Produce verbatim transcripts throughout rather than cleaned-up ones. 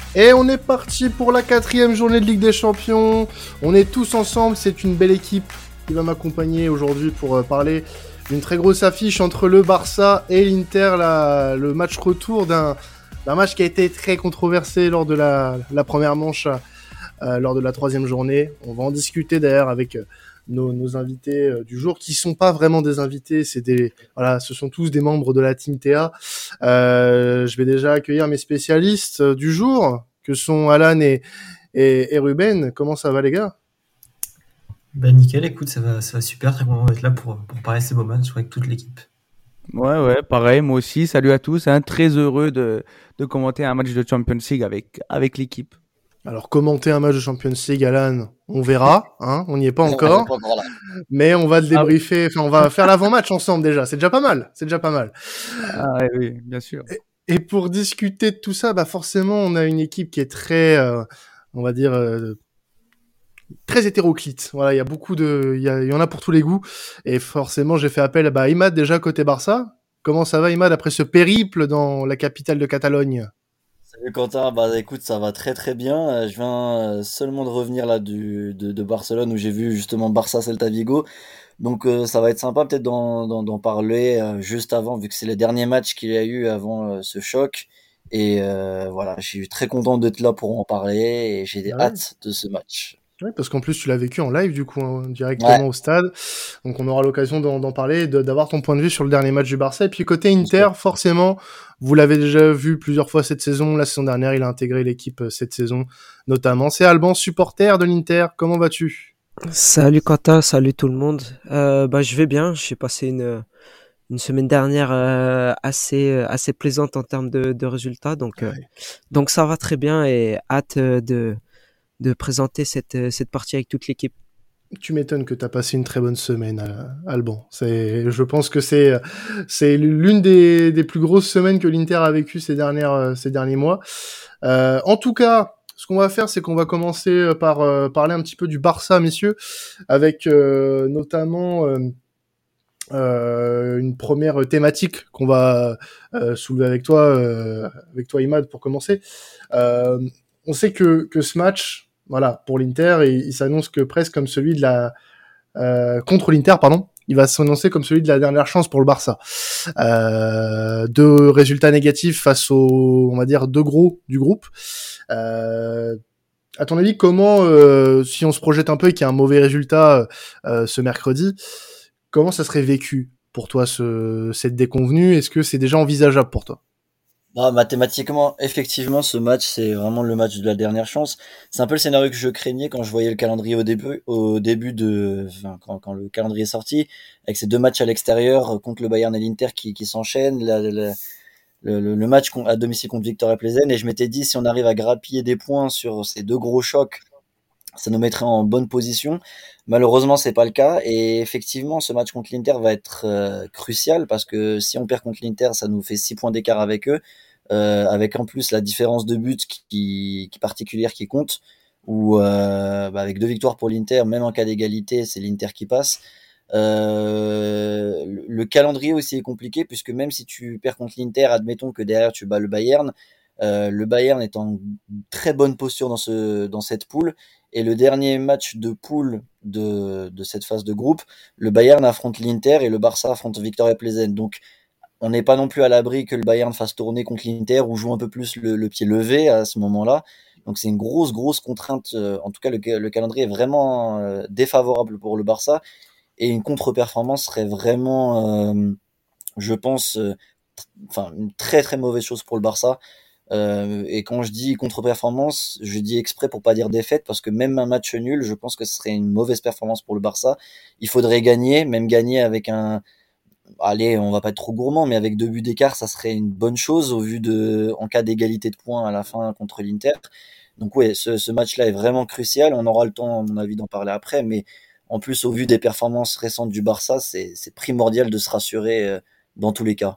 Et on est parti pour la quatrième journée de Ligue des Champions. On est tous ensemble, c'est une belle équipe qui va m'accompagner aujourd'hui pour euh, parler d'une très grosse affiche entre le Barça et l'Inter, la, le match retour d'un, d'un match qui a été très controversé lors de la, la première manche, euh, lors de la troisième journée. On va en discuter d'ailleurs avec euh, nos, nos invités euh, du jour, qui sont pas vraiment des invités, c'est des, voilà, ce sont tous des membres de la Team T A. Euh, je vais déjà accueillir mes spécialistes euh, du jour, que sont Alan et, et, et Ruben. Comment ça va les gars? Bah nickel, écoute, ça va, ça va super, très content d'être là pour, pour parler de ces beaux matchs avec toute l'équipe. Ouais, ouais, pareil, moi aussi. Salut à tous, hein, très heureux de, de commenter un match de Champions League avec, avec l'équipe. Alors, commenter un match de Champions League, Alan, on verra, hein, on n'y est pas encore, pas encore là. mais on va le débriefer, enfin, on va faire l'avant-match ensemble déjà, c'est déjà pas mal, c'est déjà pas mal. Ah ouais, oui, bien sûr. Et, et pour discuter de tout ça, bah forcément, on a une équipe qui est très, euh, on va dire, euh, très hétéroclite. Voilà, il y a beaucoup de, il y, a, il y en a pour tous les goûts, et forcément, j'ai fait appel à bah, Imad déjà côté Barça. Comment ça va, Imad, après ce périple dans la capitale de Catalogne? Salut Quentin, bah écoute, ça va très très bien. Euh, Je viens euh, seulement de revenir là du, de, de Barcelone où j'ai vu justement Barça Celta Vigo. Donc euh, ça va être sympa peut-être d'en, d'en, d'en parler euh, juste avant, vu que c'est le dernier match qu'il y a eu avant euh, ce choc. Et euh, voilà, je suis très content d'être là pour en parler et j'ai des Ah ouais. hâte de ce match. Ouais, parce qu'en plus tu l'as vécu en live du coup, hein, Ouais, directement au stade, donc on aura l'occasion d'en, d'en parler, de, d'avoir ton point de vue sur le dernier match du Barça. Et puis côté bien sûr. Inter, forcément, vous l'avez déjà vu plusieurs fois cette saison. La saison dernière, il a intégré l'équipe euh, cette saison, notamment. C'est Alban, supporter de l'Inter. Comment vas-tu? Salut Quentin, salut tout le monde. Euh, bah je vais bien. J'ai passé une une semaine dernière euh, assez euh, assez plaisante en termes de, de résultats, donc euh, Ouais. donc ça va très bien et hâte euh, de de présenter cette euh, cette partie avec toute l'équipe. Tu m'étonnes que t'as passé une très bonne semaine, euh, Alban. C'est, je pense que c'est, euh, c'est l'une des, des plus grosses semaines que l'Inter a vécues ces dernières, euh, ces derniers mois. Euh, en tout cas, ce qu'on va faire, c'est qu'on va commencer euh, par euh, parler un petit peu du Barça, messieurs, avec euh, notamment euh, euh, une première thématique qu'on va euh, soulever avec toi, euh, avec toi, Imad, pour commencer. Euh, on sait que que ce match, voilà, pour l'Inter, il, il s'annonce que presque comme celui de la euh, contre l'Inter, pardon. Il va s'annoncer comme celui de la dernière chance pour le Barça. Euh, deux résultats négatifs face aux, on va dire, deux gros du groupe. Euh, à ton avis, comment, euh, si on se projette un peu et qu'il y a un mauvais résultat euh, ce mercredi, comment ça serait vécu pour toi ce, cette déconvenue? Est-ce que c'est déjà envisageable pour toi? Bah, mathématiquement, effectivement, ce match, c'est vraiment le match de la dernière chance. C'est un peu le scénario que je craignais quand je voyais le calendrier au début, au début de, enfin, quand, quand le calendrier est sorti, avec ces deux matchs à l'extérieur euh, contre le Bayern et l'Inter qui, qui s'enchaînent, la- la- le, le, le match con- à domicile contre Victoria Plzen, et je m'étais dit, si on arrive à grappiller des points sur ces deux gros chocs, ça nous mettrait en bonne position. Malheureusement, c'est pas le cas. Et effectivement, ce match contre l'Inter va être euh, crucial parce que si on perd contre l'Inter, ça nous fait six points d'écart avec eux, euh, avec en plus la différence de but qui, qui particulière qui compte. Ou euh, bah, avec deux victoires pour l'Inter, même en cas d'égalité, c'est l'Inter qui passe. Euh, le le calendrier aussi est compliqué puisque même si tu perds contre l'Inter, admettons que derrière tu bats le Bayern, euh, le Bayern est en très bonne posture dans ce dans cette poule et le dernier match de poule de, de cette phase de groupe, le Bayern affronte l'Inter et le Barça affronte Victoria Plzen. Donc on n'est pas non plus à l'abri que le Bayern fasse tourner contre l'Inter ou joue un peu plus le, le pied levé à ce moment-là. Donc c'est une grosse grosse contrainte. Euh, en tout cas, le, le calendrier est vraiment euh, défavorable pour le Barça et une contre-performance serait vraiment, euh, je pense, euh, enfin une très très mauvaise chose pour le Barça. Euh, et quand je dis contre-performance, je dis exprès pour pas dire défaite, parce que même un match nul, je pense que ce serait une mauvaise performance pour le Barça. Il faudrait gagner, même gagner avec un, allez, on va pas être trop gourmand, mais avec deux buts d'écart, ça serait une bonne chose au vu de, en cas d'égalité de points à la fin contre l'Inter. Donc ouais, ce, ce match-là est vraiment crucial. On aura le temps, à mon avis, d'en parler après, mais en plus, au vu des performances récentes du Barça, c'est, c'est primordial de se rassurer euh, dans tous les cas.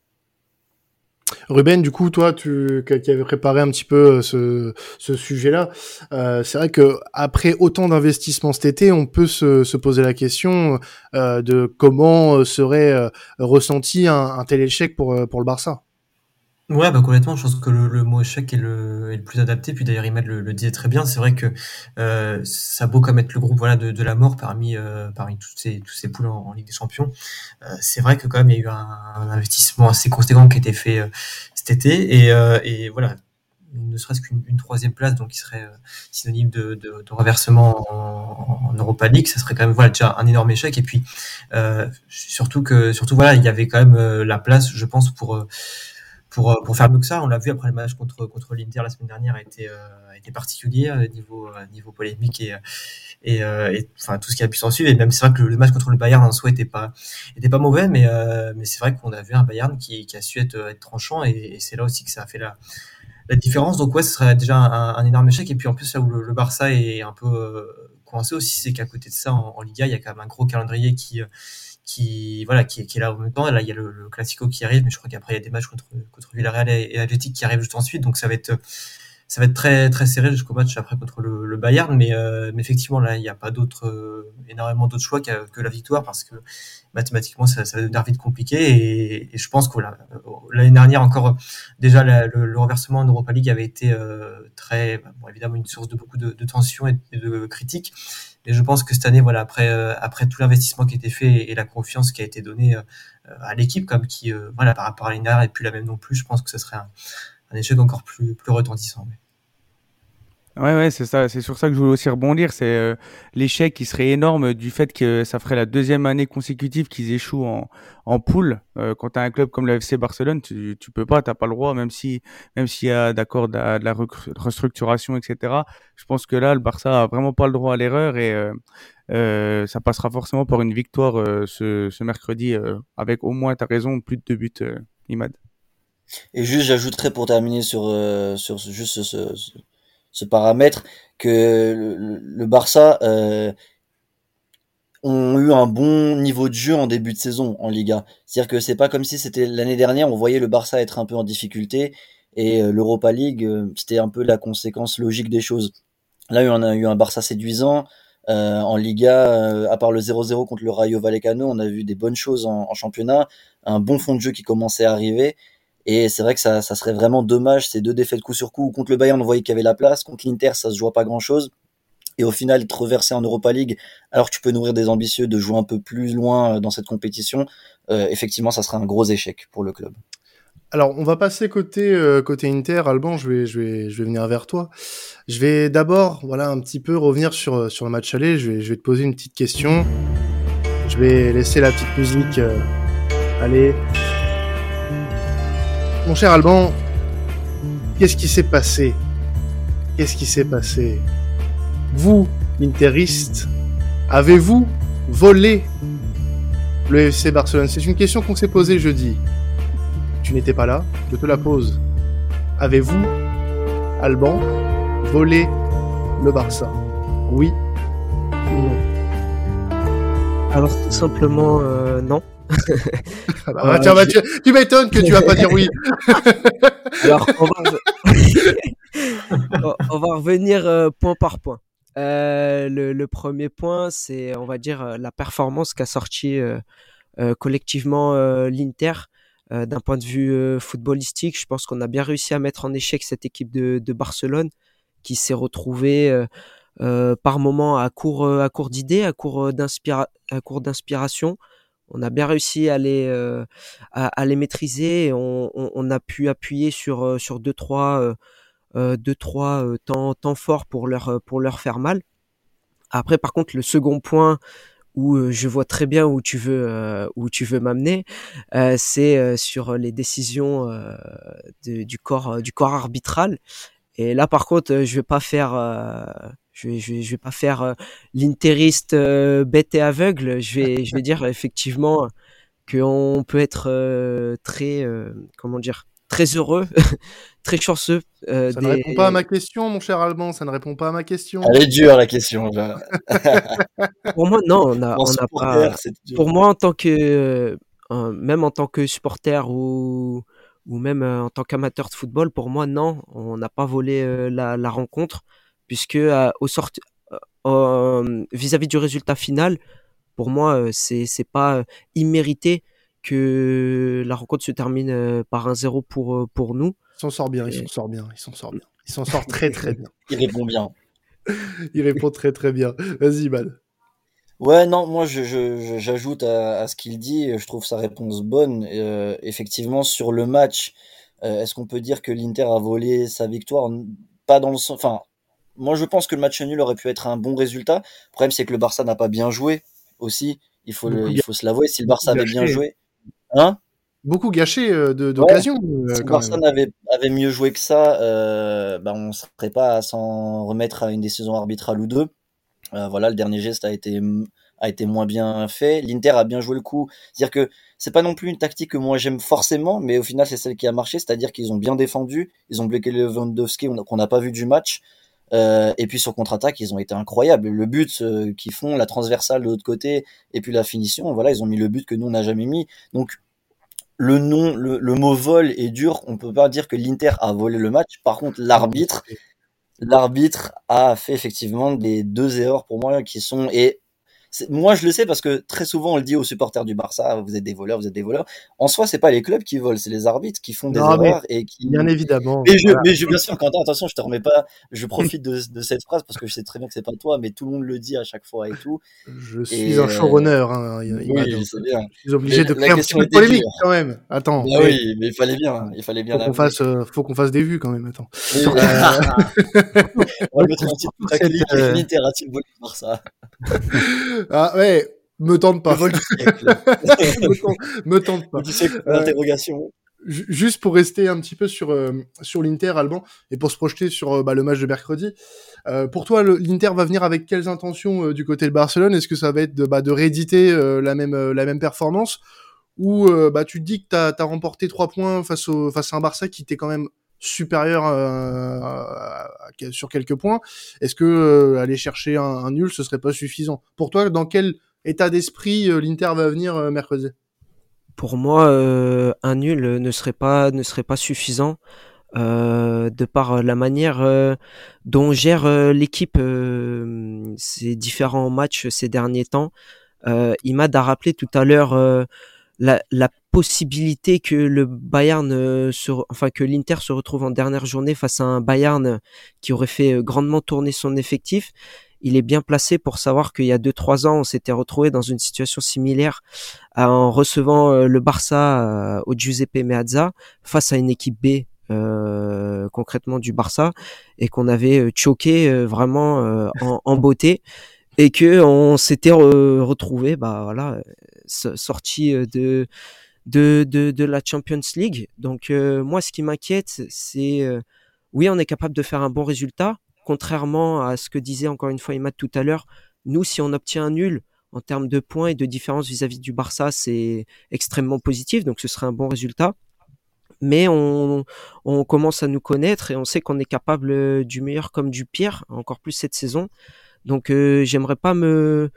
Ruben, du coup, toi, tu qui qui avais préparé un petit peu euh, ce, ce sujet-là, euh, c'est vrai que après autant d'investissements cet été, on peut se, se poser la question euh, de comment euh, serait euh, ressenti un, un tel échec pour euh, pour le Barça. Ouais, bah complètement. Je pense que le, le mot échec est le, est le plus adapté. Puis d'ailleurs, Imad le, le disait très bien. C'est vrai que euh, ça a beau comme être le groupe voilà de, de la mort parmi euh, parmi toutes ces tous ces poules en, en Ligue des Champions. Euh, c'est vrai que quand même il y a eu un, un investissement assez conséquent qui a été fait euh, cet été et euh, et voilà. Ne serait-ce qu'une une troisième place, donc qui serait euh, synonyme de, de, de reversement en, en Europa League, ça serait quand même voilà déjà un énorme échec. Et puis euh, surtout que surtout voilà il y avait quand même euh, la place, je pense, pour euh, pour, pour faire mieux que ça. On l'a vu après le match contre, contre l'Inter la semaine dernière, a été, euh, a été particulier euh, niveau, euh, niveau polémique et, et, euh, et enfin, tout ce qui a pu s'en suivre. Et même c'est vrai que le, le match contre le Bayern en soi était pas, était pas mauvais, mais, euh, mais c'est vrai qu'on a vu un Bayern qui, qui a su être, être tranchant et, et c'est là aussi que ça a fait la, la différence. Donc ouais, ce serait déjà un, un énorme échec. Et puis en plus, là où le, le Barça est un peu euh, coincé aussi, c'est qu'à côté de ça, en, en Liga, il y a quand même un gros calendrier qui, qui voilà qui, qui est là en même temps. Et là il y a le, le Classico qui arrive, mais je crois qu'après il y a des matchs contre contre Villarreal et, et Athletic qui arrivent juste ensuite, donc ça va être ça va être très très serré jusqu'au match après contre le, le Bayern, mais, euh, mais effectivement là il n'y a pas d'autres euh, énormément d'autres choix que, que la victoire, parce que mathématiquement ça, ça va devenir vite compliqué et, et je pense que voilà, l'année dernière encore déjà la, le, le reversement en Europa League avait été euh, très bon, évidemment une source de beaucoup de, de tensions et, et de critiques. Et je pense que cette année, voilà, après euh, après tout l'investissement qui a été fait et, et la confiance qui a été donnée euh, à l'équipe, comme qui, euh, voilà, par rapport à l'Inar et puis la même non plus, je pense que ce serait un, un échec encore plus plus retentissant. Mais... Ouais, ouais, c'est ça. C'est sur ça que je voulais aussi rebondir. C'est euh, l'échec qui serait énorme du fait que ça ferait la deuxième année consécutive qu'ils échouent en, en poule. Euh, quand tu as un club comme le F C Barcelone, tu, tu peux pas, t'as pas le droit, même si, même s'il y a d'accord de, la de la recru- restructuration, et cetera. Je pense que là, le Barça a vraiment pas le droit à l'erreur et euh, euh, ça passera forcément par une victoire euh, ce, ce mercredi euh, avec au moins, t'as raison, plus de deux buts, euh, Imad. Et juste, j'ajouterais pour terminer sur, euh, sur ce- juste ce, ce, ce- ce paramètre que le, le Barça euh, ont eu un bon niveau de jeu en début de saison en Liga. C'est-à-dire que c'est pas comme si c'était l'année dernière, on voyait le Barça être un peu en difficulté et euh, l'Europa League, euh, c'était un peu la conséquence logique des choses. Là, on a eu un Barça séduisant. Euh, en Liga, euh, à part le zéro zéro contre le Rayo Vallecano, on a vu des bonnes choses en, en championnat, un bon fond de jeu qui commençait à arriver. Et c'est vrai que ça, ça serait vraiment dommage, ces deux défaites coup sur coup. Contre le Bayern, on voyait qu'il y avait la place. Contre l'Inter, ça se joue pas grand-chose. Et au final, être reversé en Europa League, alors que tu peux nourrir des ambitieux de jouer un peu plus loin euh, dans cette compétition, euh, effectivement, ça serait un gros échec pour le club. Alors, on va passer côté euh, côté Inter. Alban, je vais je vais je vais venir vers toi. Je vais d'abord, voilà, un petit peu revenir sur sur le match aller. Je vais je vais te poser une petite question. Je vais laisser la petite musique euh, aller. Mon cher Alban, qu'est-ce qui s'est passé? Qu'est-ce qui s'est passé? Vous, l'interiste, avez-vous volé le F C Barcelone? C'est une question qu'on s'est posée jeudi. Tu n'étais pas là, je te la pose. Avez-vous, Alban, volé le Barça? Oui ou non? Alors tout simplement euh, non. Ah bah, bah, tiens, bah, tu, tu m'étonnes que tu vas pas dire oui. Alors on va, on va revenir euh, point par point. Euh, le, le premier point, c'est, on va dire, euh, la performance qu'a sorti euh, euh, collectivement euh, l'Inter. Euh, d'un point de vue euh, footballistique, je pense qu'on a bien réussi à mettre en échec cette équipe de, de Barcelone qui s'est retrouvée euh, euh, par moments à court, euh, à court d'idées, à court euh, d'inspira- à court d'inspiration. On a bien réussi à les, euh, à, à les maîtriser. Et on, on, on a pu appuyer sur, euh, sur deux, trois, euh, euh, deux, trois euh, temps, temps forts pour leur, pour leur faire mal. Après, par contre, le second point où euh, je vois très bien où tu veux, euh, où tu veux m'amener, euh, c'est euh, sur les décisions euh, de, du corps, euh, du corps arbitral. Et là, par contre, euh, je vais pas faire, euh, je vais, je vais, je vais pas faire euh, l'interiste euh, bête et aveugle. Je vais, je vais dire effectivement qu'on peut être euh, très, euh, comment dire, très heureux, très chanceux. Euh, Ça ne répond pas à des... ma question, mon cher Alban, ça ne répond pas à ma question. Elle est dure la question. Là. Pour moi, non, on a, Pour un on n'a supporter, pas. c'est dur. Pour moi, en tant que, euh, même en tant que supporter ou ou même euh, en tant qu'amateur de football, pour moi, non, on n'a pas volé euh, la, la rencontre, puisque euh, au sort, euh, euh, vis-à-vis du résultat final, pour moi, euh, c'est c'est pas euh, immérité. que la rencontre se termine euh, par un zéro pour, euh, pour nous. Il s'en sort bien, il Et- s'en sort bien, il s'en sort bien. Il s'en sort très très bien. Il répond bien. Il répond très très bien. Vas-y, Bad. Ouais, non, moi je, je, je- j'ajoute à, à ce qu'il dit, je trouve sa réponse bonne. Euh, effectivement, sur le match, euh, est-ce qu'on peut dire que l'Inter a volé sa victoire? Pas dans le sens. Enfin, moi je pense que le match nul aurait pu être un bon résultat. Le problème, c'est que le Barça n'a pas bien joué aussi. Il faut le, Beaucoup, il ga- faut se l'avouer. Si le beaucoup Barça avait bien gâché. joué, hein? Beaucoup gâché euh, de, Ouais, d'occasions, si euh, le quand Barça même. n'avait avait mieux joué que ça, euh, bah on serait pas à s'en remettre à une décision arbitrale ou deux. Euh, voilà, le dernier geste a été a été moins bien fait. L'Inter a bien joué le coup. C'est-à-dire que c'est pas non plus une tactique que moi j'aime forcément, mais au final c'est celle qui a marché. C'est-à-dire qu'ils ont bien défendu, ils ont bloqué Lewandowski on a- qu'on n'a pas vu du match. Euh, et puis sur contre-attaque, ils ont été incroyables. Le but euh, qu'ils font, la transversale de l'autre côté, et puis la finition, voilà, ils ont mis le but que nous on n'a jamais mis. Donc le nom, le, le mot vol est dur. On peut pas dire que l'Inter a volé le match. Par contre, Non, l'arbitre, l'arbitre a fait effectivement des deux erreurs pour moi qui sont et c'est- moi je le sais parce que très souvent on le dit aux supporters du Barça, vous êtes des voleurs, vous êtes des voleurs. En soi, c'est pas les clubs qui volent, c'est les arbitres qui font des non, mais erreurs et qui. bien évidemment. Mais je, Voilà. mais je, bien sûr, Quentin, attention, je te remets pas. Je profite de, de cette phrase parce que je sais très bien que c'est pas toi, mais tout le monde le dit à chaque fois et tout. Je suis Et un euh, showrunner, hein, Imad, oui, je donc, sais euh, bien. je suis Mais obligé de la, la créer un petit question peu de était polémique dure. quand même. Attends, Bah eh, oui, mais il fallait bien, il fallait bien faut qu'on l'avouer. fasse, euh, faut qu'on fasse des vues quand même. Attends. Oui, Euh, on va Donc, mettre un titre surtout putaclic cette, euh, l'Inter a-t-il volé le Barça? ah ouais, me tente Le pas. vol du siècle. me, tente, me tente pas. Du siècle, point Euh, d'interrogation. ju- juste pour rester un petit peu sur euh, sur l'Inter, Alban, et pour se projeter sur euh, bah, le match de mercredi. Euh, pour toi, le- l'Inter va venir avec quelles intentions euh, du côté de Barcelone? Est-ce que ça va être de, bah, de rééditer euh, la même euh, la même performance, ou euh, bah tu te dis que t'as as remporté trois points face au face à un Barça qui était quand même supérieur euh, à- à- sur quelques points? Est-ce que euh, aller chercher un, un nul ce serait pas suffisant? Pour toi, dans quel état d'esprit euh, l'Inter va venir euh, mercredi? Pour moi, euh, un nul euh, ne serait pas ne serait pas suffisant euh, de par euh, la manière euh, dont gère euh, l'équipe euh, ces différents matchs ces derniers temps. Euh, Imad a rappelé tout à l'heure euh, la, la possibilité que le Bayern, euh, se, re- enfin que l'Inter se retrouve en dernière journée face à un Bayern qui aurait fait euh, grandement tourner son effectif. Il est bien placé pour savoir qu'il y a deux trois ans, on s'était retrouvé dans une situation similaire euh, en recevant euh, le Barça euh, au Giuseppe Meazza face à une équipe B euh, concrètement du Barça et qu'on avait euh, choqué euh, vraiment euh, en, en beauté et que on s'était re- retrouvé bah voilà euh, so- sorti euh, de de de de la Champions League. Donc euh, moi ce qui m'inquiète c'est euh, oui, on est capable de faire un bon résultat contrairement à ce que disait encore une fois Imad tout à l'heure. Nous si on obtient un nul en termes de points et de différence vis-à-vis du Barça, c'est extrêmement positif, donc ce serait un bon résultat. Mais on, on commence à nous connaître et on sait qu'on est capable euh, du meilleur comme du pire, encore plus cette saison. Donc euh, j'aimerais pas me,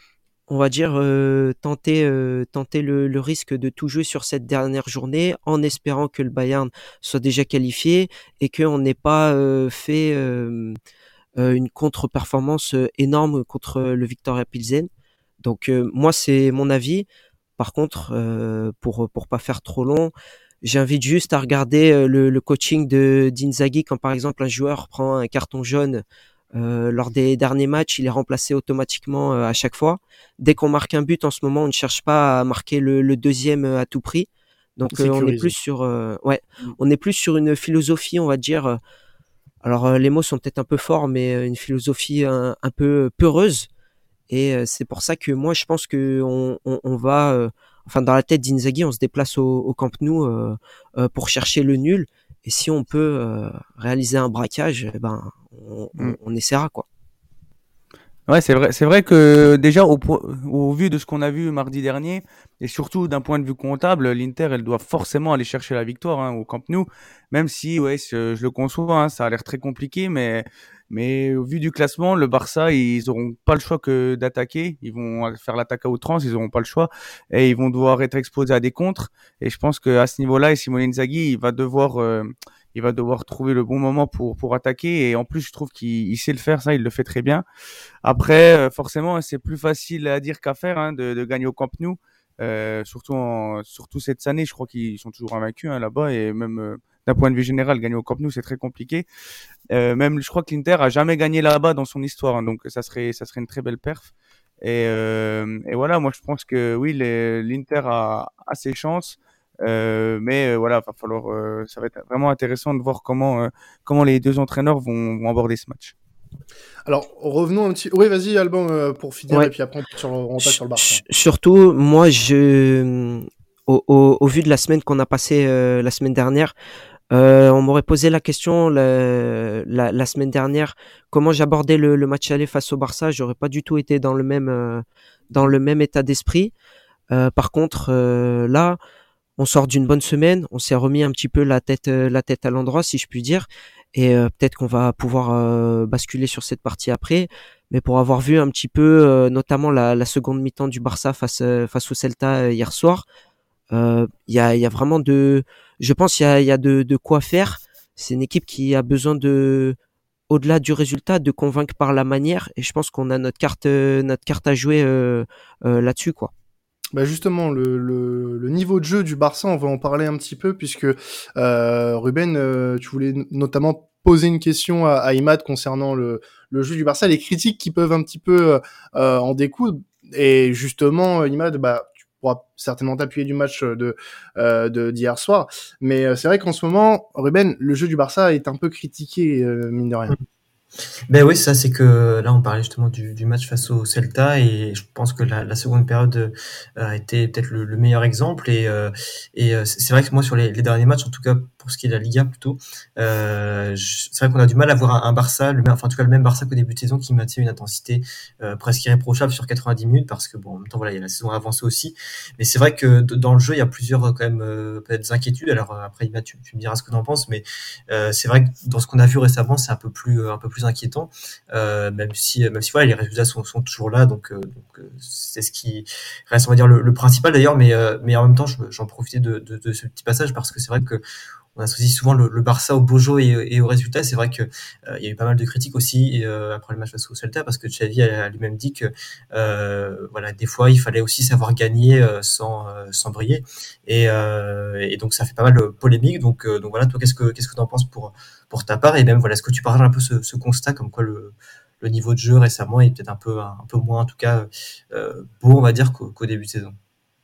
on va dire, euh, tenter, euh, tenter le, le risque de tout jouer sur cette dernière journée en espérant que le Bayern soit déjà qualifié et qu'on n'ait pas euh, fait euh, euh, une contre-performance euh, énorme contre le Viktoria Pilsen. Donc euh, moi c'est mon avis. Par contre, euh, pour pour pas faire trop long, j'invite juste à regarder euh, le, le coaching de d'Inzaghi quand par exemple un joueur prend un carton jaune euh, lors des derniers matchs, il est remplacé automatiquement euh, à chaque fois. Dès qu'on marque un but en ce moment, on ne cherche pas à marquer le, le deuxième euh, à tout prix. Donc euh, on est plus Sécurisé. sur euh, ouais, on est plus sur une philosophie, on va dire. euh, alors euh, les mots sont peut-être un peu forts, mais euh, une philosophie un, un peu peureuse. Et euh, c'est pour ça que moi, je pense que on, on, on va, euh, enfin dans la tête d'Inzaghi, on se déplace au, au Camp Nou euh, euh, pour chercher le nul. Et si on peut euh, réaliser un braquage, eh ben on, Mm. on, on essaiera quoi. Ouais, c'est vrai, c'est vrai que déjà au, po- au vu de ce qu'on a vu mardi dernier et surtout d'un point de vue comptable, l'Inter elle doit forcément aller chercher la victoire hein, au Camp Nou, même si ouais, je, je le conçois, hein, ça a l'air très compliqué, mais mais au vu du classement, le Barça ils auront pas le choix que d'attaquer, ils vont faire l'attaque à outrance, ils auront pas le choix et ils vont devoir être exposés à des contres et je pense que à ce niveau-là, Simone Inzaghi il va devoir euh, il va devoir trouver le bon moment pour pour attaquer et en plus je trouve qu'il il sait le faire, ça il le fait très bien. Après, euh, forcément, c'est plus facile à dire qu'à faire hein, de, de gagner au Camp Nou. Euh, surtout, en, surtout cette année, je crois qu'ils sont toujours invaincus hein, là-bas et même euh, d'un point de vue général, gagner au Camp Nou, c'est très compliqué. Euh, même, je crois que l'Inter a jamais gagné là-bas dans son histoire, hein, donc ça serait, ça serait une très belle perf. Et, euh, et voilà, moi je pense que oui, les, l'Inter a, a ses chances, euh, mais euh, voilà, va falloir, euh, ça va être vraiment intéressant de voir comment, euh, comment les deux entraîneurs vont, vont aborder ce match. Alors, revenons un petit... Oui, vas-y, Alban, euh, pour finir, Ouais. et puis après, on passe sur le, on passe sur le Barça. S- Surtout, moi, je, au, au, au vu de la semaine qu'on a passée euh, la semaine dernière, euh, on m'aurait posé la question la, la, la semaine dernière, comment j'abordais le, le match aller face au Barça. J'aurais pas du tout été dans le même, euh, dans le même état d'esprit. Euh, par contre, euh, là, on sort d'une bonne semaine, on s'est remis un petit peu la tête, euh, la tête à l'endroit, si je puis dire, et euh, peut-être qu'on va pouvoir euh, basculer sur cette partie après. Mais pour avoir vu un petit peu, euh, notamment la, la seconde mi-temps du Barça face euh, face au Celta euh, hier soir, euh, il y a il y a vraiment de, je pense il y a il y a de de quoi faire. C'est une équipe qui a besoin de, au-delà du résultat, de convaincre par la manière, et je pense qu'on a notre carte euh, notre carte à jouer euh, euh, là-dessus, quoi. Bah justement, le, le, le niveau de jeu du Barça, on va en parler un petit peu, puisque euh, Ruben, euh, tu voulais n- notamment poser une question à, à Imad concernant le, le jeu du Barça, les critiques qui peuvent un petit peu euh, en découdre. Et justement, Imad, bah, tu pourras certainement t'appuyer du match de euh, de d'hier soir. Mais euh, c'est vrai qu'en ce moment, Ruben, le jeu du Barça est un peu critiqué, euh, mine de rien. Ben oui, ça c'est que là on parlait justement du, du match face au Celta et je pense que la, la seconde période euh, a été peut-être le, le meilleur exemple et, euh, et euh, c'est c'est vrai que moi sur les, les derniers matchs, en tout cas pour ce qui est de la Liga plutôt, euh, je- c'est vrai qu'on a du mal à voir un, un Barça, le même, enfin en tout cas le même Barça qu'au début de saison qui maintient une intensité euh, presque irréprochable sur quatre-vingt-dix minutes parce que bon en même temps voilà il y a la saison avancée aussi, mais c'est vrai que d- dans le jeu il y a plusieurs euh, quand même euh, peut-être inquiétudes. Alors euh, après Imad, tu, tu me diras ce que tu en penses, mais euh, c'est vrai que dans ce qu'on a vu récemment, c'est un peu plus un peu plus inquiétant, euh, même si même si voilà les résultats sont, sont toujours là, donc, euh, donc euh, c'est ce qui reste on va dire le, le principal d'ailleurs, mais euh, mais en même temps je- j'en profitais de, de, de ce petit passage parce que c'est vrai que on associe souvent le, le Barça au beau jeu et, et au résultat. C'est vrai que euh, il y a eu pas mal de critiques aussi et, euh, après le match face au Celta parce que Xavi a, a lui-même dit que euh, voilà des fois il fallait aussi savoir gagner euh, sans euh, sans briller et, euh, et donc ça fait pas mal de polémique. Donc euh, donc voilà, toi qu'est-ce que qu'est-ce que t'en penses pour pour ta part et même voilà est-ce que tu partages un peu ce, ce constat comme quoi le le niveau de jeu récemment est peut-être un peu un, peu moins en tout cas euh, beau on va dire qu'au, qu'au début de saison.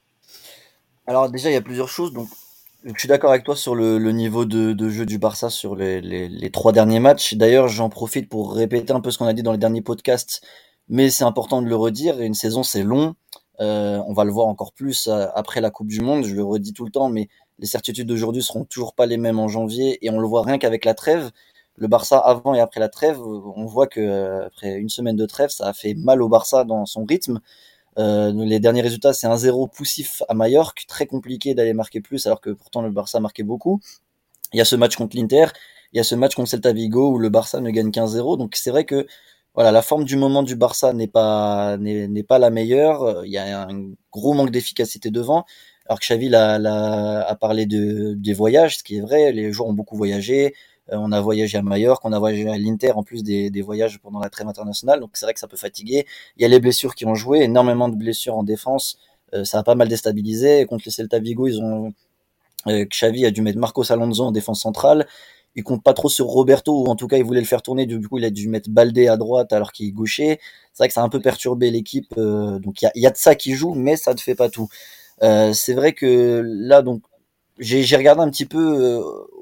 Alors déjà, il y a plusieurs choses. Donc, je suis d'accord avec toi sur le, le niveau de, de jeu du Barça sur les, les, les trois derniers matchs. D'ailleurs, j'en profite pour répéter un peu ce qu'on a dit dans les derniers podcasts, mais c'est important de le redire. Une saison, c'est long. Euh, on va le voir encore plus euh, après la Coupe du Monde. Je le redis tout le temps, mais les certitudes d'aujourd'hui seront toujours pas les mêmes en janvier, et on le voit rien qu'avec la trêve. Le Barça avant et après la trêve, on voit que euh, après une semaine de trêve, ça a fait mal au Barça dans son rythme. Euh, les derniers résultats, c'est un zéro poussif à Majorque, très compliqué d'aller marquer plus, alors que pourtant le Barça marquait beaucoup. Il y a ce match contre l'Inter, il y a ce match contre Celta Vigo où le Barça ne gagne qu'un zéro. Donc c'est vrai que voilà, la forme du moment du Barça n'est pas n'est, n'est pas la meilleure. Il y a un gros manque d'efficacité devant. Alors que Xavi l'a, l'a, a parlé de, des voyages, ce qui est vrai. Les joueurs ont beaucoup voyagé. Euh, on a voyagé à Majorque, on a voyagé à l'Inter en plus des, des voyages pendant la trêve internationale. Donc c'est vrai que ça peut fatiguer. Il y a les blessures qui ont joué, énormément de blessures en défense. Euh, ça a pas mal déstabilisé. Contre le Celta Vigo, ils ont euh, Xavi a dû mettre Marcos Alonso en défense centrale. Il compte pas trop sur Roberto, ou en tout cas il voulait le faire tourner. Du coup, il a dû mettre Baldé à droite alors qu'il est gaucher. C'est vrai que ça a un peu perturbé l'équipe. Euh, donc il y a, y a de ça qui joue, mais ça ne fait pas tout. Euh, c'est vrai que là, donc j'ai, j'ai regardé un petit peu euh,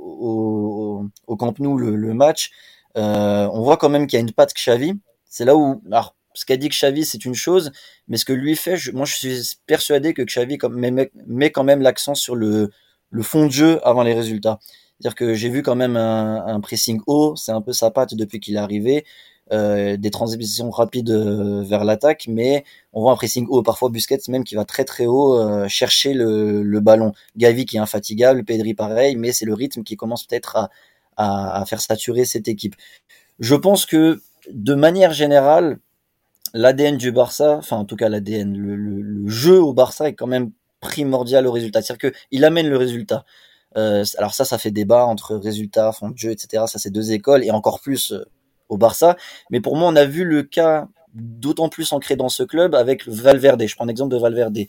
au, au Camp Nou le, le match. Euh, on voit quand même qu'il y a une patte Xavi. C'est là où, alors, ce qu'a dit Xavi, c'est une chose, mais ce que lui fait, je, moi je suis persuadé que Xavi comme, met, met quand même l'accent sur le, le fond de jeu avant les résultats. C'est-à-dire que j'ai vu quand même un, un pressing haut, c'est un peu sa patte depuis qu'il est arrivé, euh, des transitions rapides euh, vers l'attaque, mais on voit un pressing haut, parfois Busquets même qui va très très haut euh, chercher le, le ballon. Gavi qui est infatigable, Pedri pareil, mais c'est le rythme qui commence peut-être à, à, à faire saturer cette équipe. Je pense que de manière générale, l'A D N du Barça, enfin en tout cas l'A D N, le, le, le jeu au Barça est quand même primordial au résultat. C'est-à-dire qu'il amène le résultat. Euh, alors ça, ça fait débat entre résultats, fond de jeu, et cetera. Ça, c'est deux écoles, et encore plus euh, au Barça. Mais pour moi, on a vu le cas d'autant plus ancré dans ce club avec Valverde. Je prends l'exemple de Valverde.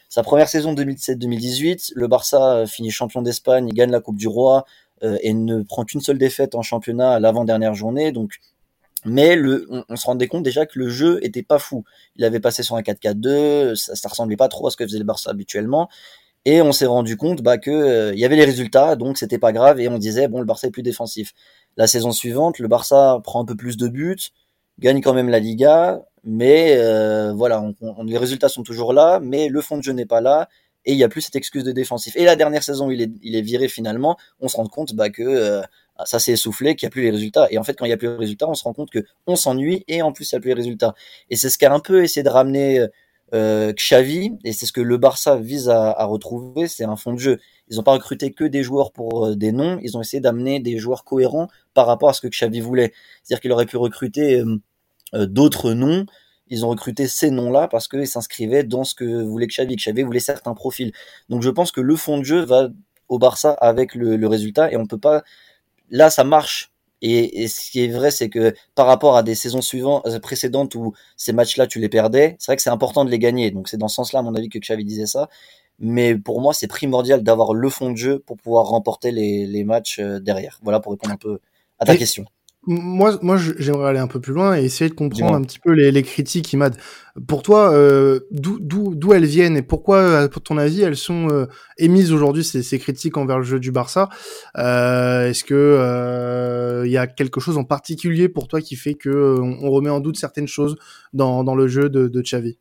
Sa première saison deux mille dix-sept deux mille dix-huit, le Barça finit champion d'Espagne, il gagne la Coupe du Roi euh, et ne prend qu'une seule défaite en championnat à l'avant-dernière journée. Donc, mais le, on, on se rendait compte déjà que le jeu était pas fou. Il avait passé sur un quatre quatre deux, ça, ça ressemblait pas trop à ce que faisait le Barça habituellement. Et on s'est rendu compte bah, que euh, y avait les résultats, donc c'était pas grave. Et on disait bon, le Barça est plus défensif. La saison suivante, le Barça prend un peu plus de buts, gagne quand même la Liga, mais euh, voilà, on, on, les résultats sont toujours là, mais le fond de jeu n'est pas là. Et il y a plus cette excuse de défensif. Et la dernière saison, il est, il est viré finalement. On se rend compte bah, que euh, ça s'est essoufflé, qu'il n'y a plus les résultats. Et en fait, quand il n'y a plus les résultats, on se rend compte que on s'ennuie et en plus il n'y a plus les résultats. Et c'est ce qu'a un peu essayé de ramener euh, Xavi, et c'est ce que le Barça vise à, à retrouver, c'est un fond de jeu. Ils n'ont pas recruté que des joueurs pour euh, des noms, ils ont essayé d'amener des joueurs cohérents par rapport à ce que Xavi voulait. C'est-à-dire qu'il aurait pu recruter euh, euh, d'autres noms. Ils ont recruté ces noms-là parce qu'ils s'inscrivaient dans ce que voulait Xavi. Xavi voulait certains profils. Donc je pense que le fond de jeu va au Barça avec le, le résultat, et on peut pas. Là, ça marche. Et, et ce qui est vrai, c'est que par rapport à des saisons suivantes, euh, précédentes où ces matchs-là, tu les perdais, c'est vrai que c'est important de les gagner. Donc c'est dans ce sens-là, à mon avis, que Xavi disait ça. Mais pour moi, c'est primordial d'avoir le fond de jeu pour pouvoir remporter les, les matchs derrière. Voilà, pour répondre un peu à ta Et question. Moi, moi, j'aimerais aller un peu plus loin et essayer de comprendre Dis-moi. un petit peu les, les critiques, Imad. Pour toi, euh, d'où, d'où, d'où elles viennent et pourquoi, pour ton avis, elles sont euh, émises aujourd'hui, ces, ces critiques envers le jeu du Barça. Euh, est-ce que euh, il y a quelque chose en particulier pour toi qui fait que on, on remet en doute certaines choses dans, dans le jeu de, de Xavi?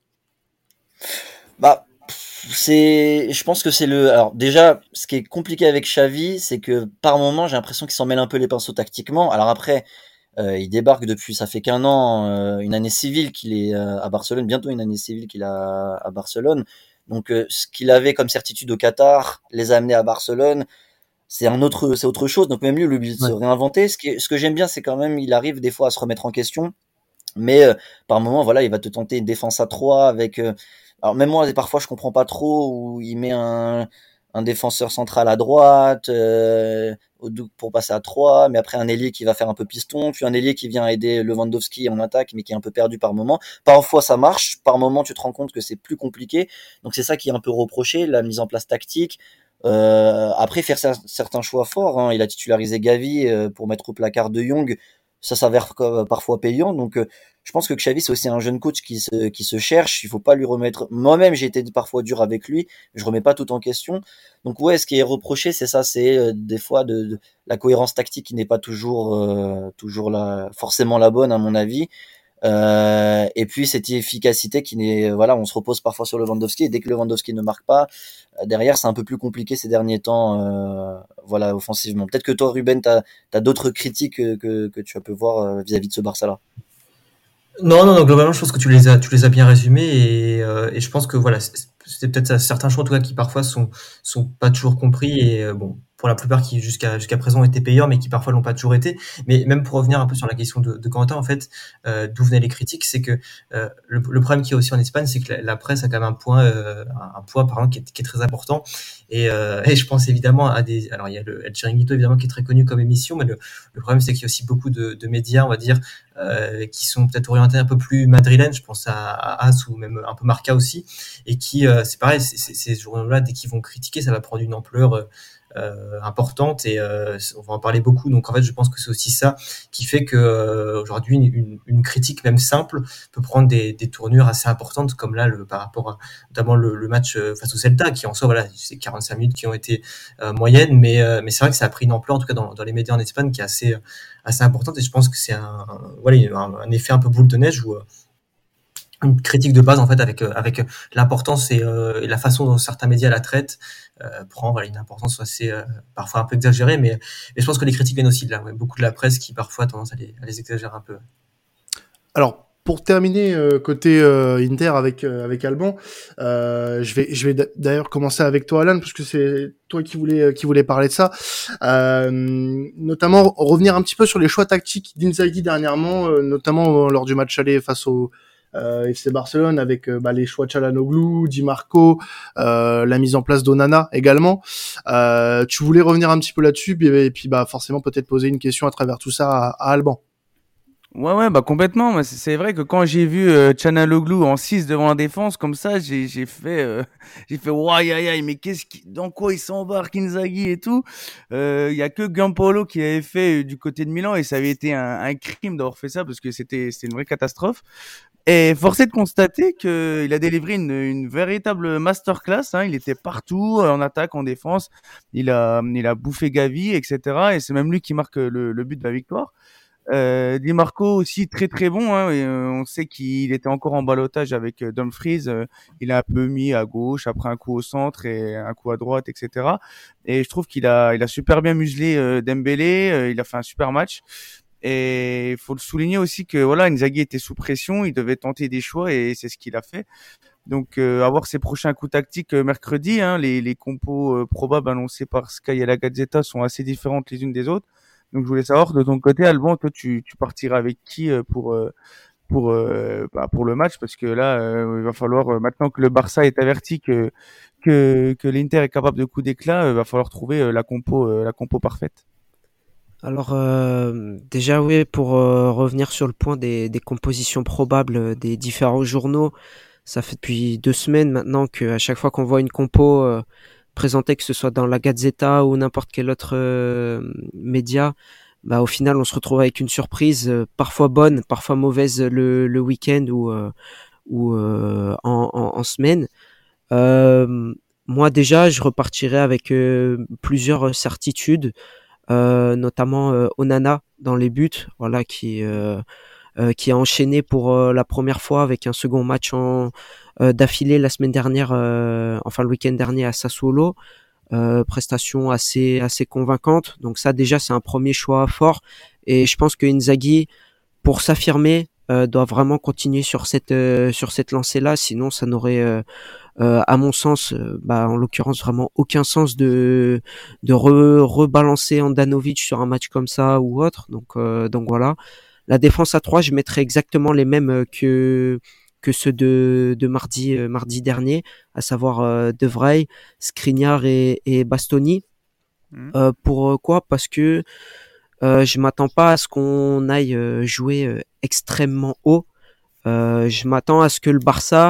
Bah, c'est, je pense que c'est le. Alors déjà, ce qui est compliqué avec Xavi, c'est que par moment, j'ai l'impression qu'il s'en mêle un peu les pinceaux tactiquement. Alors après, euh, il débarque depuis, ça fait qu'un an, euh, une année civile qu'il est euh, à Barcelone, bientôt une année civile qu'il a à Barcelone. Donc, euh, ce qu'il avait comme certitude au Qatar, les a amenés à Barcelone. C'est un autre, c'est autre chose. Donc même lui, il oublie de se Ouais. réinventer. Ce qui, est- ce que j'aime bien, c'est quand même, il arrive des fois à se remettre en question. Mais euh, par moment, voilà, il va te tenter une défense à trois avec. Euh, alors même moi, parfois, je comprends pas trop où il met un, un défenseur central à droite euh, au dou- pour passer à trois, mais après un ailier qui va faire un peu piston, puis un ailier qui vient aider Lewandowski en attaque, mais qui est un peu perdu par moment. Parfois, ça marche. Par moment, tu te rends compte que c'est plus compliqué. Donc c'est ça qui est un peu reproché, la mise en place tactique. Euh, après, faire cer- certains choix forts. Hein. Il a titularisé Gavi euh, pour mettre au placard De Jong. Ça s'avère co- parfois payant. Donc, euh, je pense que Xavi, c'est aussi un jeune coach qui se, qui se cherche. Il faut pas lui remettre. Moi-même, j'ai été parfois dur avec lui. Je remets pas tout en question. Donc, ouais, ce qui est reproché, c'est ça, c'est euh, des fois de, de- la cohérence tactique qui n'est pas toujours, euh, toujours la, forcément la bonne, à mon avis. Euh, et puis cette efficacité qui n'est, voilà, on se repose parfois sur Lewandowski, et dès que Lewandowski ne marque pas, euh, derrière c'est un peu plus compliqué ces derniers temps, euh, voilà, offensivement. Peut-être que toi, Ruben, t'as as, d'autres critiques que, que, que tu as pu voir euh, vis-à-vis de ce Barça-là. Non, non, non, globalement, je pense que tu les as, tu les as bien résumés et, euh, et je pense que voilà, c'est c'est peut-être certains choix en tout cas qui parfois sont, sont pas toujours compris et euh, bon, pour la plupart qui jusqu'à jusqu'à présent étaient payants, mais qui parfois l'ont pas toujours été. Mais même pour revenir un peu sur la question de, de Quentin, en fait, euh, d'où venaient les critiques, c'est que euh, le, le problème qu'il y a aussi en Espagne, c'est que la, la presse a quand même un point, euh, un poids par exemple qui est, qui est très important. Et, euh, et je pense évidemment à des, alors il y a le El Chiringuito évidemment qui est très connu comme émission, mais le, le problème c'est qu'il y a aussi beaucoup de, de médias, on va dire, euh, qui sont peut-être orientés un peu plus madrilènes, je pense à, à As ou même un peu Marca aussi, et qui, euh, c'est pareil, c'est, c'est, ces journaux-là, dès qu'ils vont critiquer, ça va prendre une ampleur euh, importante et euh, on va en parler beaucoup. Donc en fait, je pense que c'est aussi ça qui fait que euh, aujourd'hui, une, une critique même simple peut prendre des, des tournures assez importantes, comme là, le, par rapport à notamment le, le match face au Celta, qui en soi, voilà, c'est quarante-cinq minutes qui ont été euh, moyennes, mais, euh, mais c'est vrai que ça a pris une ampleur, en tout cas dans, dans les médias en Espagne, qui est assez assez importante, et je pense que c'est un, un voilà un, un effet un peu boule de neige où euh, une critique de base en fait avec euh, avec l'importance et, euh, et la façon dont certains médias la traitent euh, prend voilà une importance assez euh, parfois un peu exagérée, mais, mais je pense que les critiques viennent aussi de là, ouais, beaucoup de la presse qui parfois a tendance à les, à les exagérer un peu. Alors, pour terminer euh, côté euh, Inter avec euh, avec Alban, euh, je vais je vais d'ailleurs commencer avec toi, Alan, parce que c'est toi qui voulais qui voulait parler de ça, euh, notamment revenir un petit peu sur les choix tactiques d'Inzaghi dernièrement, euh, notamment lors du match aller face au euh, F C Barcelone avec euh, bah, les choix de Çalhanoğlu, Di Marco, euh, la mise en place d'Onana également. Euh, tu voulais revenir un petit peu là-dessus, et, et puis bah forcément peut-être poser une question à travers tout ça à, à Alban. Ouais, ouais, bah complètement. Moi, c'est c'est vrai que quand j'ai vu euh, Çalhanoğlu en six devant la défense comme ça, j'ai j'ai fait euh, j'ai fait aïe aïe aïe, mais qu'est-ce qui dans quoi il s'embarque Inzaghi et tout. Euh, Il y a que Giampaolo qui avait fait euh, du côté de Milan et ça avait été un, un crime d'avoir fait ça parce que c'était c'était une vraie catastrophe. Et force est de constater que il a délivré une, une véritable masterclass. Hein. Il était partout, en attaque, en défense. Il a il a bouffé Gavi, et cetera. Et c'est même lui qui marque le, le but de la victoire. Euh, Di Marco aussi très très bon. Hein, et, euh, on sait qu'il était encore en ballottage avec euh, Dumfries. Euh, il a un peu mis à gauche, après un coup au centre et un coup à droite, et cetera. Et je trouve qu'il a il a super bien muselé euh, Dembélé. Euh, il a fait un super match. Et il faut le souligner aussi que voilà, Inzaghi était sous pression, il devait tenter des choix et c'est ce qu'il a fait. Donc euh, avoir ses prochains coups tactiques euh, mercredi, hein, les, les compos euh, probables annoncés par Sky et la Gazzetta sont assez différentes les unes des autres. Donc je voulais savoir de ton côté, Alban, toi tu, tu partiras avec qui euh, pour euh, pour euh, bah, pour le match parce que là euh, il va falloir euh, maintenant que le Barça est averti que que que l'Inter est capable de coups d'éclat, il va falloir trouver euh, la compo euh, la compo parfaite. Alors euh, déjà oui, pour euh, revenir sur le point des, des compositions probables des différents journaux, ça fait depuis deux semaines maintenant qu'à chaque fois qu'on voit une compo euh, présentée, que ce soit dans la Gazzetta ou n'importe quel autre euh, média, bah au final on se retrouve avec une surprise, euh, parfois bonne, parfois mauvaise le, le week-end ou euh, ou euh, en, en, en semaine. Euh, Moi déjà, je repartirai avec euh, plusieurs certitudes, euh, notamment euh, Onana dans les buts, voilà, qui euh, euh, qui a enchaîné pour euh, la première fois avec un second match en, euh, d'affilée la semaine dernière, euh, enfin le week-end dernier à Sassuolo, euh, prestation assez assez convaincante. Donc ça déjà c'est un premier choix fort et je pense que Inzaghi pour s'affirmer euh, doit vraiment continuer sur cette euh, sur cette lancée là, sinon ça n'aurait euh, euh, à mon sens, euh, bah, en l'occurrence, vraiment aucun sens de de re, rebalancer Andanovic sur un match comme ça ou autre. Donc euh, donc voilà. La défense à trois, je mettrais exactement les mêmes que que ceux de de mardi euh, mardi dernier, à savoir euh, De Vrij, Skriniar et, et Bastoni. Mmh. Euh, pour quoi? Parce que euh, je m'attends pas à ce qu'on aille euh, jouer euh, extrêmement haut. Euh, je m'attends à ce que le Barça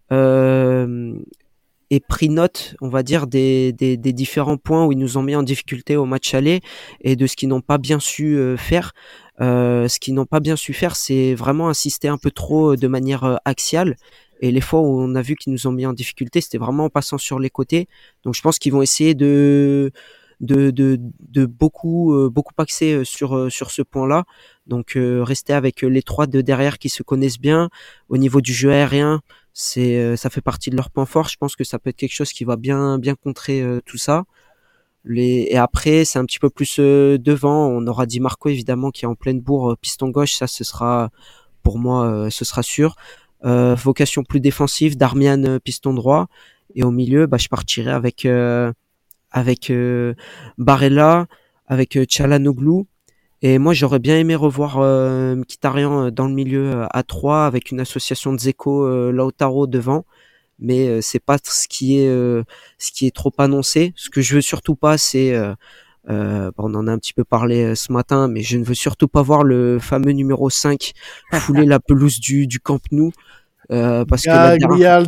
euh, ait pris note, on va dire, des, des, des différents points où ils nous ont mis en difficulté au match aller et de ce qu'ils n'ont pas bien su euh, faire. Euh, ce qu'ils n'ont pas bien su faire, c'est vraiment insister un peu trop de manière euh, axiale. Et les fois où on a vu qu'ils nous ont mis en difficulté, c'était vraiment en passant sur les côtés. Donc je pense qu'ils vont essayer de de de, de beaucoup euh, beaucoup axer sur euh, sur ce point-là. Donc euh, rester avec les trois de derrière qui se connaissent bien au niveau du jeu aérien, c'est euh, ça fait partie de leur point fort. Je pense que ça peut être quelque chose qui va bien bien contrer euh, tout ça. Les et après c'est un petit peu plus euh, devant, on aura Di Marco évidemment qui est en pleine bourre, euh, piston gauche, ça ce sera pour moi euh, ce sera sûr. Euh, vocation plus défensive, Darmian euh, piston droit et au milieu bah je partirai avec euh, avec euh, Barella, avec euh, Çalhanoğlu. Et moi, j'aurais bien aimé revoir euh, Mkhitaryan dans le milieu euh, à trois avec une association de Dzeko, euh, Lautaro devant. Mais euh, c'est pas ce qui est euh, ce qui est trop annoncé. Ce que je veux surtout pas, c'est euh, euh, on en a un petit peu parlé euh, ce matin, mais je ne veux surtout pas voir le fameux numéro cinq fouler la pelouse du, du Camp Nou. Euh, parce que la dernière...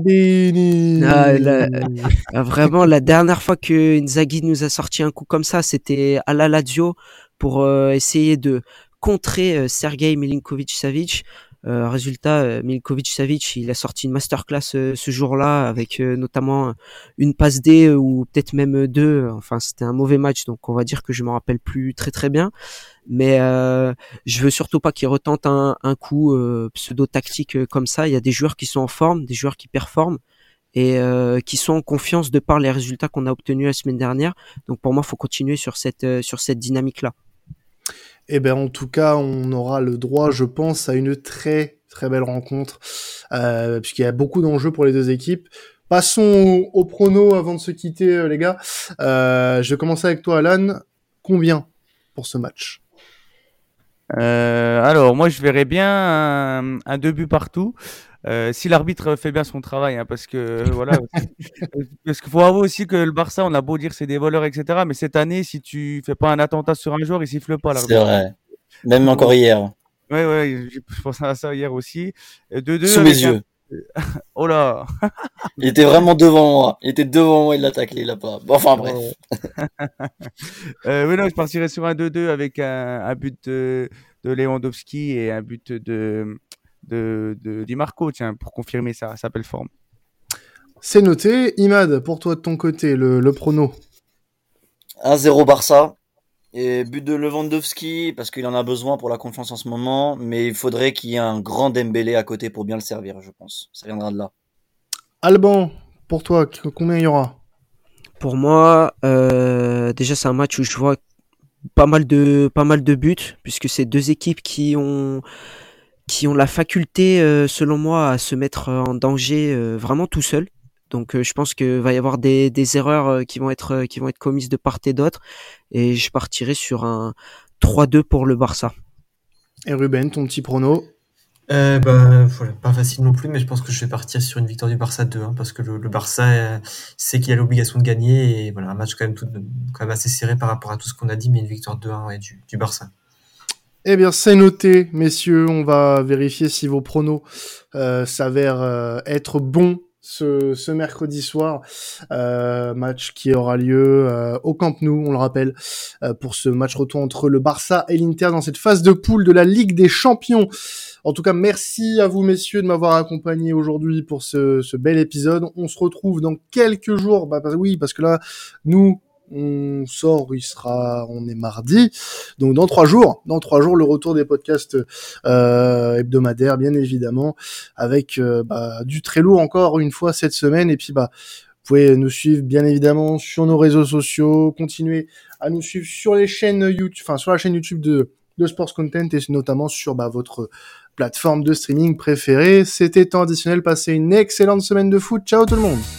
ah, la... vraiment la dernière fois que Inzaghi nous a sorti un coup comme ça, c'était à la Lazio pour euh, essayer de contrer euh, Sergei Milinkovic-Savic. Euh, résultat, euh, Milinkovic-Savic, il a sorti une masterclass euh, ce jour-là avec euh, notamment une passe D euh, ou peut-être même deux. Enfin, c'était un mauvais match, donc on va dire que je me rappelle plus très très bien. Mais euh, je veux surtout pas qu'il retente un, un coup euh, pseudo-tactique euh, comme ça. Il y a des joueurs qui sont en forme, des joueurs qui performent et euh, qui sont en confiance de par les résultats qu'on a obtenus la semaine dernière. Donc pour moi, il faut continuer sur cette euh, sur cette dynamique-là. Eh ben en tout cas, on aura le droit, je pense, à une très très belle rencontre, euh, puisqu'il y a beaucoup d'enjeux pour les deux équipes. Passons au, au prono avant de se quitter, euh, les gars. Euh, je vais commencer avec toi, Alan. Combien pour ce match? Euh, alors, moi, je verrais bien un, un deux buts partout. Euh, si l'arbitre fait bien son travail, hein, parce que voilà, parce qu'il faut avouer aussi que le Barça, on a beau dire c'est des voleurs, et cetera. Mais cette année, si tu fais pas un attentat sur un joueur, il siffle pas C'est l'arbitre. vrai. Même Donc, encore hier. Ouais, ouais, je pensais à ça hier aussi. deux deux Sous avec mes un... yeux. Oh là. Il était vraiment devant moi. Il était devant moi, il l'a taclé, il a pas. Bon, enfin bref. Oh. euh, oui, non, je partirais sur un deux deux avec un, un but de, de Lewandowski et un but de, de, de Di Marco, tiens, pour confirmer ça, ça belle forme. C'est noté. Imad, pour toi de ton côté, le, le prono. un zéro Barça. Et but de Lewandowski, parce qu'il en a besoin pour la confiance en ce moment, mais il faudrait qu'il y ait un grand Dembélé à côté pour bien le servir, je pense. Ça viendra de là. Alban, pour toi, combien il y aura? Pour moi, euh, déjà c'est un match où je vois pas mal de pas mal de buts, puisque c'est deux équipes qui ont qui ont la faculté, euh, selon moi, à se mettre en danger euh, vraiment tout seul. Donc euh, je pense que va y avoir des, des erreurs euh, qui vont être euh, qui vont être commises de part et d'autre, et je partirai sur un trois deux pour le Barça. Et Ruben, ton petit prono? Euh, bah, voilà, pas facile non plus, mais je pense que je vais partir sur une victoire du Barça deux un, parce que le, le Barça euh, sait qu'il a l'obligation de gagner, et voilà, un match quand même, tout, quand même assez serré par rapport à tout ce qu'on a dit, mais une victoire deux un, ouais, du, du Barça. Eh bien, c'est noté, messieurs. On va vérifier si vos pronos euh, s'avèrent euh, être bons ce, ce mercredi soir. Euh, match qui aura lieu euh, au Camp Nou, on le rappelle, euh, pour ce match retour entre le Barça et l'Inter dans cette phase de poule de la Ligue des Champions. En tout cas, merci à vous, messieurs, de m'avoir accompagné aujourd'hui pour ce, ce bel épisode. On se retrouve dans quelques jours. Bah, bah oui, parce que là, nous... on sort, il sera, on est mardi, donc dans trois jours, dans trois jours, le retour des podcasts euh, hebdomadaires, bien évidemment, avec euh, bah, du très lourd encore une fois cette semaine, et puis bah, vous pouvez nous suivre bien évidemment sur nos réseaux sociaux, continuer à nous suivre sur les chaînes YouTube, enfin sur la chaîne YouTube de de Sports Content et notamment sur bah, votre plateforme de streaming préférée. C'était temps additionnel, passez une excellente semaine de foot, ciao tout le monde.